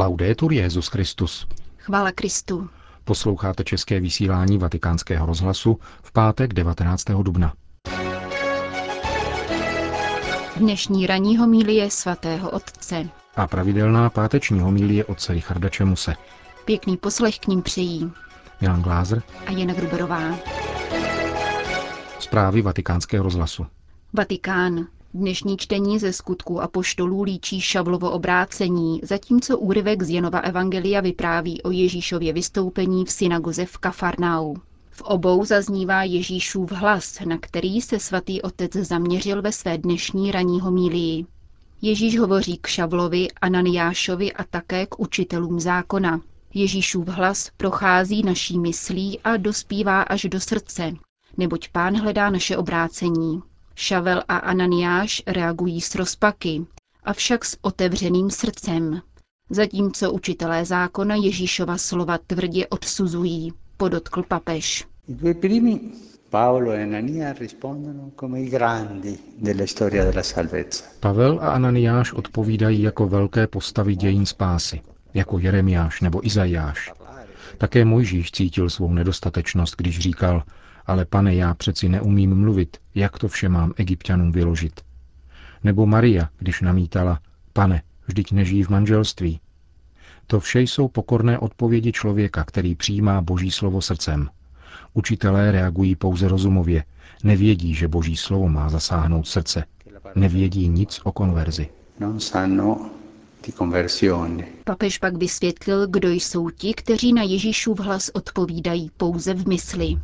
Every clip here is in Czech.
Laudetur Jesus Christus. Chvála Kristu. Posloucháte české vysílání Vatikánského rozhlasu v pátek 19. dubna. Dnešní ranní homilie svatého otce A pravidelná páteční homilie otce Richarda Čemuse. Pěkný poslech k ním přejí Milan Glázer a Jana Gruberová. Zprávy Vatikánského rozhlasu. Vatikán. Dnešní čtení ze Skutků apoštolů líčí Šavlovo obrácení, zatímco úryvek z Janova evangelia vypráví o Ježíšově vystoupení v synagoze v Kafarnau. V obou zaznívá Ježíšův hlas, na který se svatý otec zaměřil ve své dnešní ranní homilii. Ježíš hovoří k Šavlovi, Ananiášovi a také k učitelům zákona. Ježíšův hlas prochází naší myslí a dospívá až do srdce, neboť Pán hledá naše obrácení. Šavel a Ananiáš reagují s rozpaky, avšak s otevřeným srdcem. Zatímco učitelé zákona Ježíšova slova tvrdě odsuzují, podotkl papež. Pavel a Ananiáš odpovídají jako velké postavy dějin spásy, jako Jeremiáš nebo Izajáš. Také Mojžíš cítil svou nedostatečnost, když říkal: ale pane, já přeci neumím mluvit, jak to vše mám Egypťanům vyložit. Nebo Maria, když namítala: pane, vždyť nežijí v manželství. To vše jsou pokorné odpovědi člověka, který přijímá Boží slovo srdcem. Učitelé reagují pouze rozumově, nevědí, že Boží slovo má zasáhnout srdce. Nevědí nic o konverzi. Papež pak vysvětlil, kdo jsou ti, kteří na Ježíšův hlas odpovídají pouze v mysli.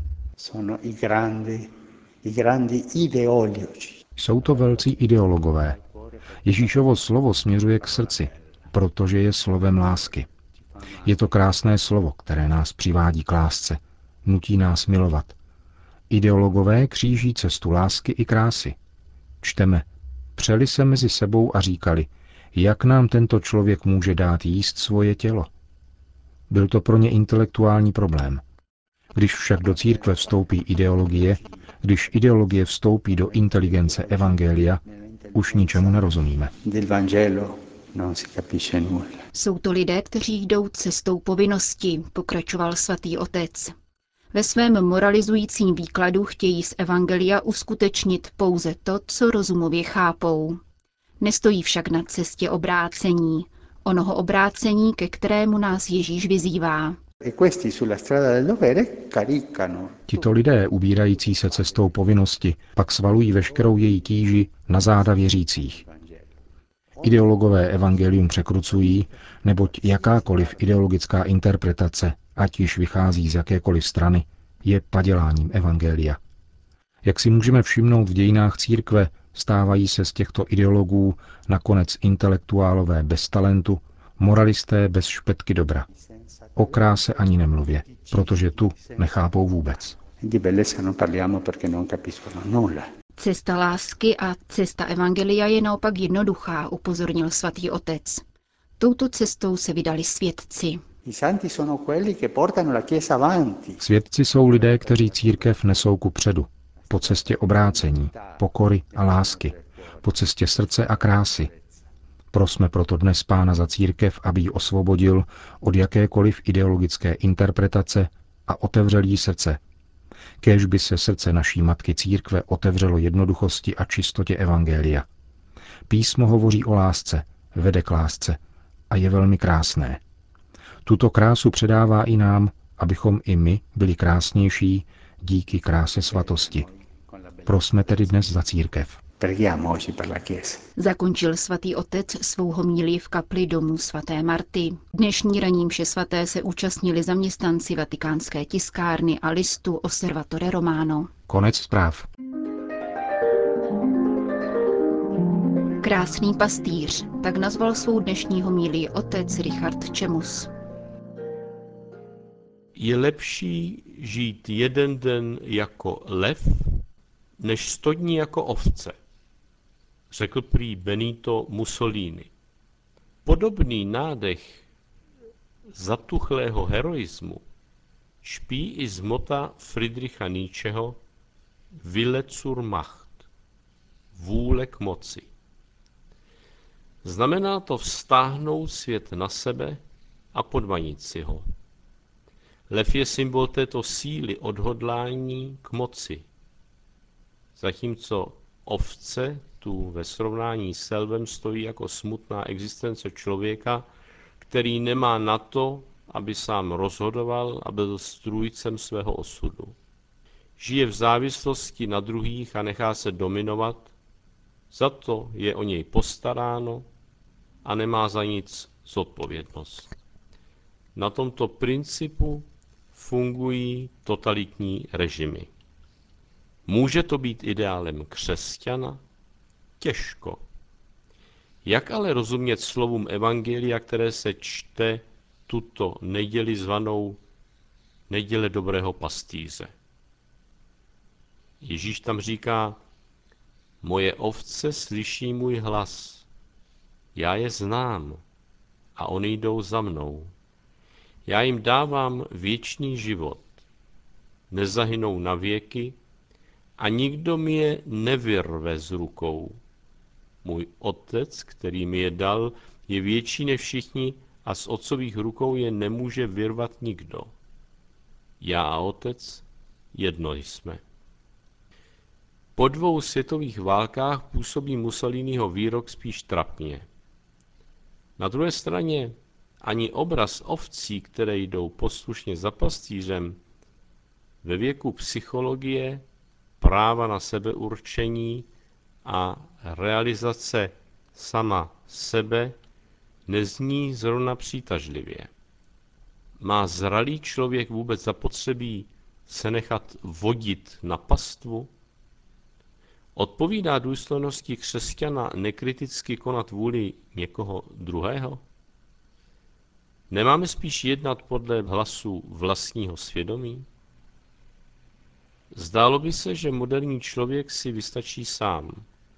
Jsou to velcí ideologové. Ježíšovo slovo směřuje k srdci, protože je slovem lásky. Je to krásné slovo, které nás přivádí k lásce, nutí nás milovat. Ideologové kříží cestu lásky i krásy. Čteme: přeli se mezi sebou a říkali, jak nám tento člověk může dát jíst svoje tělo. Byl to pro ně intelektuální problém. Když však do církve vstoupí ideologie, když ideologie vstoupí do inteligence evangelia, už ničemu nerozumíme. Jsou to lidé, kteří jdou cestou povinnosti, pokračoval svatý otec. Ve svém moralizujícím výkladu chtějí z evangelia uskutečnit pouze to, co rozumově chápou. Nestojí však na cestě obrácení, onoho obrácení, ke kterému nás Ježíš vyzývá. Tito lidé, ubírající se cestou povinnosti, pak svalují veškerou její tíži na záda věřících. Ideologové evangelium překrucují, neboť jakákoliv ideologická interpretace, ať již vychází z jakékoliv strany, je paděláním evangelia. Jak si můžeme všimnout v dějinách církve, stávají se z těchto ideologů nakonec intelektuálové bez talentu, moralisté bez špetky dobra. O kráse ani nemluvě, protože tu nechápou vůbec. Cesta lásky a cesta evangelia je naopak jednoduchá, upozornil svatý otec. Touto cestou se vydali svědci. Svědci jsou lidé, kteří církev nesou kupředu, po cestě obrácení, pokory a lásky, po cestě srdce a krásy. Prosme proto dnes Pána za církev, aby ji osvobodil od jakékoliv ideologické interpretace a otevřel jí srdce. Kéž by se srdce naší matky církve otevřelo jednoduchosti a čistotě evangelia. Písmo hovoří o lásce, vede k lásce a je velmi krásné. Tuto krásu předává i nám, abychom i my byli krásnější díky kráse svatosti. Prosme tedy dnes za církev. Zakončil svatý otec svou homilii v kapli domu svaté Marty. Dnešní ranní mše svaté se účastnili zaměstnanci Vatikánské tiskárny a listu Osservatore Romano. Konec zpráv. Krásný pastýř, tak nazval svou dnešní homilii otec Richard Čemus. Je lepší žít jeden den jako lev, než 100 dní jako ovce, řekl prý Benito Mussolini. Podobný nádech zatuchlého heroismu špí i z mota Friedricha Nietzscheho Wille zur Macht, vůle k moci. Znamená to vztáhnout svět na sebe a podmanit si ho. Lev je symbol této síly odhodlání k moci. Zatímco ovce tu ve srovnání s lvem stojí jako smutná existence člověka, který nemá na to, aby sám rozhodoval a byl strůjcem svého osudu. Žije v závislosti na druhých a nechá se dominovat, za to je o něj postaráno a nemá za nic zodpovědnost. Na tomto principu fungují totalitní režimy. Může to být ideálem křesťana? Těžko. Jak ale rozumět slovům evangelia, které se čte tuto neděli zvanou neděle dobrého pastýře? Ježíš tam říká, moje ovce slyší můj hlas, já je znám a oni jdou za mnou. Já jim dávám věčný život, nezahynou na věky a nikdo mi je nevyrve z rukou. Můj otec, který mi je dal, je větší než všichni a z otcových rukou je nemůže vyrvat nikdo. Já a otec jedno jsme. Po 2 světových válkách působí Mussoliniho výrok spíš trapně. Na druhé straně ani obraz ovcí, které jdou poslušně za pastýřem, ve věku psychologie, práva na sebeurčení a realizace sama sebe nezní zrovna přitažlivě. Má zralý člověk vůbec zapotřebí se nechat vodit na pastvu? Odpovídá důstojnosti křesťana nekriticky konat vůli někoho druhého? Nemáme spíš jednat podle hlasu vlastního svědomí? Zdálo by se, že moderní člověk si vystačí sám.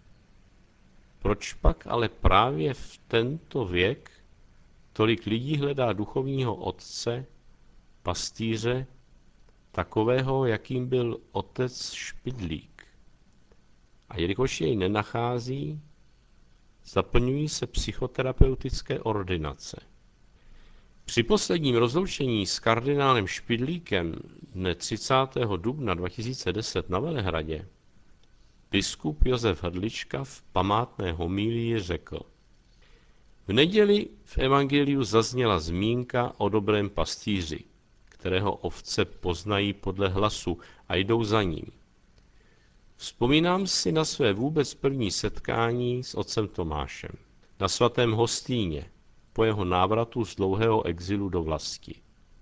Proč pak ale právě v tento věk tolik lidí hledá duchovního otce, pastýře, takového, jakým byl otec Špidlík? A jelikož jej nenachází, zaplňují se psychoterapeutické ordinace. Při posledním rozloučení s kardinálem Špidlíkem dne 30. dubna 2010 na Velehradě biskup Josef Hrdlička v památné homílii řekl: v neděli v evangeliu zazněla zmínka o dobrém pastýři, kterého ovce poznají podle hlasu a jdou za ním. Vzpomínám si na své vůbec první setkání s otcem Tomášem na svatém Hostýně po jeho návratu z dlouhého exilu do vlasti.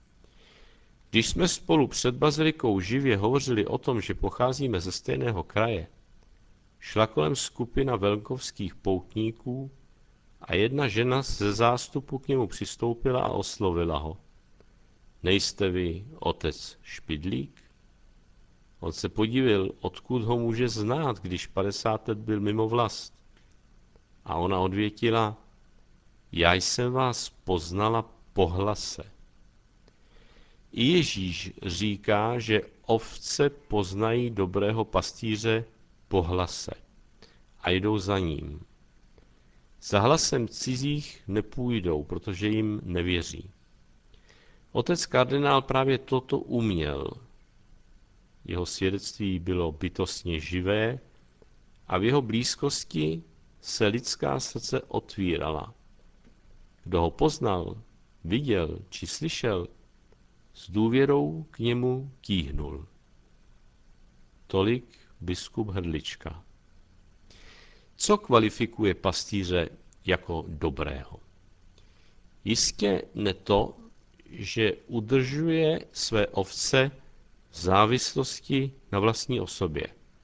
Když jsme spolu před bazilikou živě hovořili o tom, že pocházíme ze stejného kraje, šla kolem skupina velkovských poutníků a jedna žena ze zástupu k němu přistoupila a oslovila ho. Nejste vy otec Špidlík? On se podivil, odkud ho může znát, když 50 let byl mimo vlast. A ona odvětila, já jsem vás poznala po hlase. I Ježíš říká, že ovce poznají dobrého pastýře po hlase a jdou za ním. Za hlasem cizích nepůjdou, protože jim nevěří. Otec kardinál právě toto uměl. Jeho svědectví bylo bytostně živé a v jeho blízkosti se lidská srdce otvírala. Kdo ho poznal, viděl či slyšel, s důvěrou k němu tíhnul. Tolik biskup Hrdlička. Co kvalifikuje pastýře jako dobrého? Jistě ne to, že udržuje své ovce v závislosti na vlastní osobě.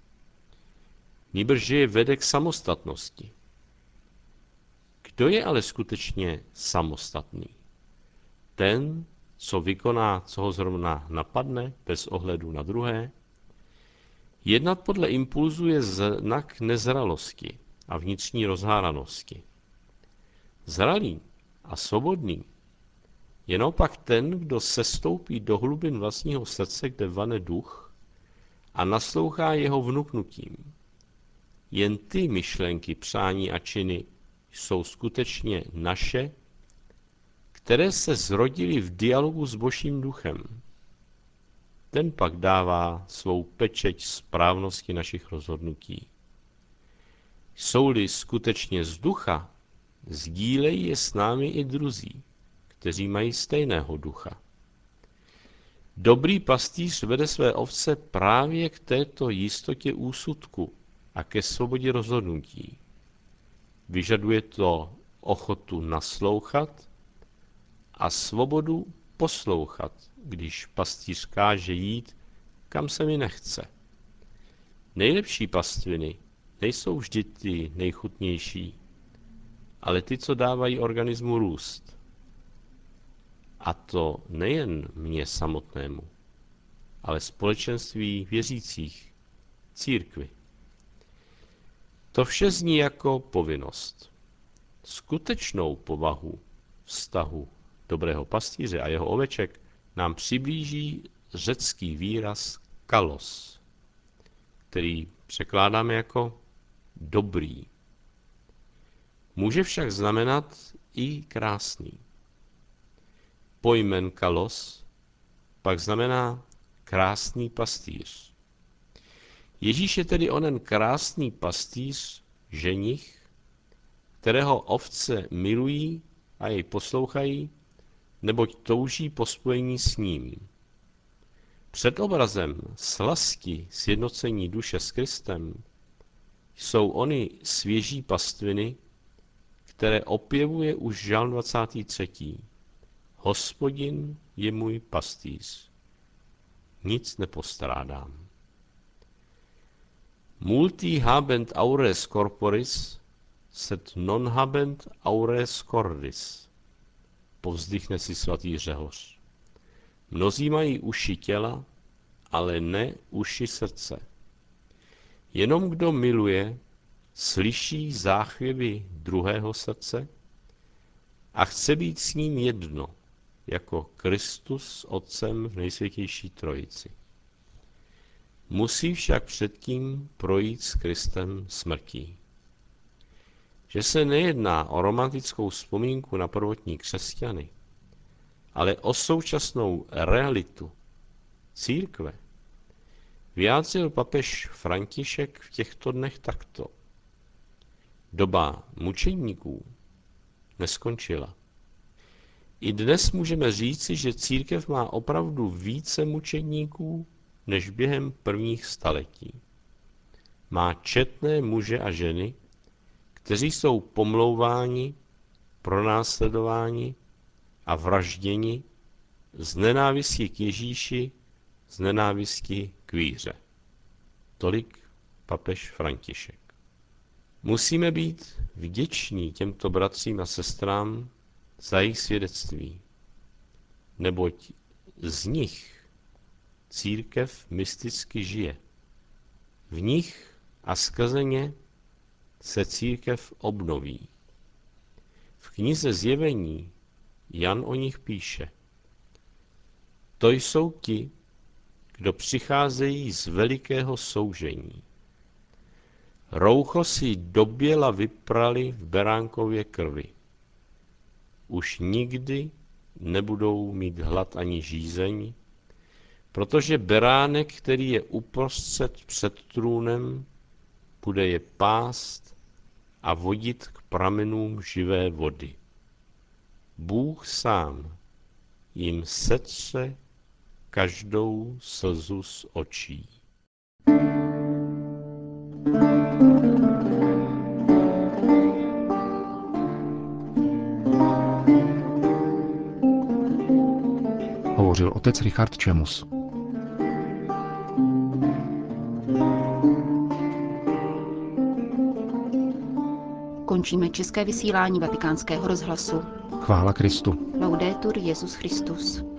Nýbrž je vede k samostatnosti. Kdo je ale skutečně samostatný? Ten, co vykoná, co ho zrovna napadne, bez ohledu na druhé? Jednat podle impulzu je znak nezralosti a vnitřní rozháranosti. Zralý a svobodný je naopak ten, kdo sestoupí do hlubin vlastního srdce, kde vane duch, a naslouchá jeho vnuknutím. Jen ty myšlenky, přání a činy jsou skutečně naše, které se zrodily v dialogu s Božím duchem. Ten pak dává svou pečeť správnosti našich rozhodnutí. Jsou-li skutečně z ducha, sdílejí je s námi i druzí, kteří mají stejného ducha. Dobrý pastýř vede své ovce právě k této jistotě úsudku a ke svobodě rozhodnutí. Vyžaduje to ochotu naslouchat a svobodu poslouchat, když pastýř káže jít, kam se mi nechce. Nejlepší pastviny nejsou vždy ty nejchutnější, ale ty, co dávají organismu růst. A to nejen mně samotnému, ale společenství věřících, církvi. To vše zní jako povinnost. Skutečnou povahu vztahu dobrého pastýře a jeho oveček nám přiblíží řecký výraz kalos, který překládáme jako dobrý. Může však znamenat i krásný. Pojmen kalos pak znamená krásný pastýř. Ježíš je tedy onen krásný pastýř, ženich, kterého ovce milují a jej poslouchají, neboť touží po spojení s ním. Před obrazem slasti sjednocení duše s Kristem jsou ony svěží pastviny, které opěvuje už žalm 23. Hospodin je můj pastýř. Nic nepostrádám. Multi habent aures corporis, sed non habent aures cordis. Povzdychne si svatý Řehoř. Mnozí mají uši těla, ale ne uši srdce. Jenom kdo miluje, slyší záchvěvy druhého srdce a chce být s ním jedno, jako Kristus s Otcem v nejsvětější trojici. Musí však předtím projít s Kristem smrtí. Že se nejedná o romantickou vzpomínku na prvotní křesťany, ale o současnou realitu církve, vyjádřil papež František v těchto dnech takto. Doba mučedníků neskončila. I dnes můžeme říci, že církev má opravdu více mučedníků než během prvních staletí. Má četné muže a ženy, kteří jsou pomlouváni, pronásledováni a vražděni z nenávisti k Ježíši, z nenávisti k víře. Tolik papež František. Musíme být vděční těmto bratřím a sestrám za jejich svědectví, neboť z nich církev mysticky žije. V nich a skrze ně se církev obnoví. V knize Zjevení Jan o nich píše. To jsou ti, kdo přicházejí z velikého soužení. Roucho si doběla vyprali v beránkově krvi. Už nikdy nebudou mít hlad ani žízeň, protože beránek, který je uprostřed před trůnem, bude je pást a vodit k pramenům živé vody. Bůh sám jim setře každou slzu z očí. Hovořil otec Richard Čemus. Končíme české vysílání Vatikánského rozhlasu. Chvála Kristu. Laudetur Jesus Christus.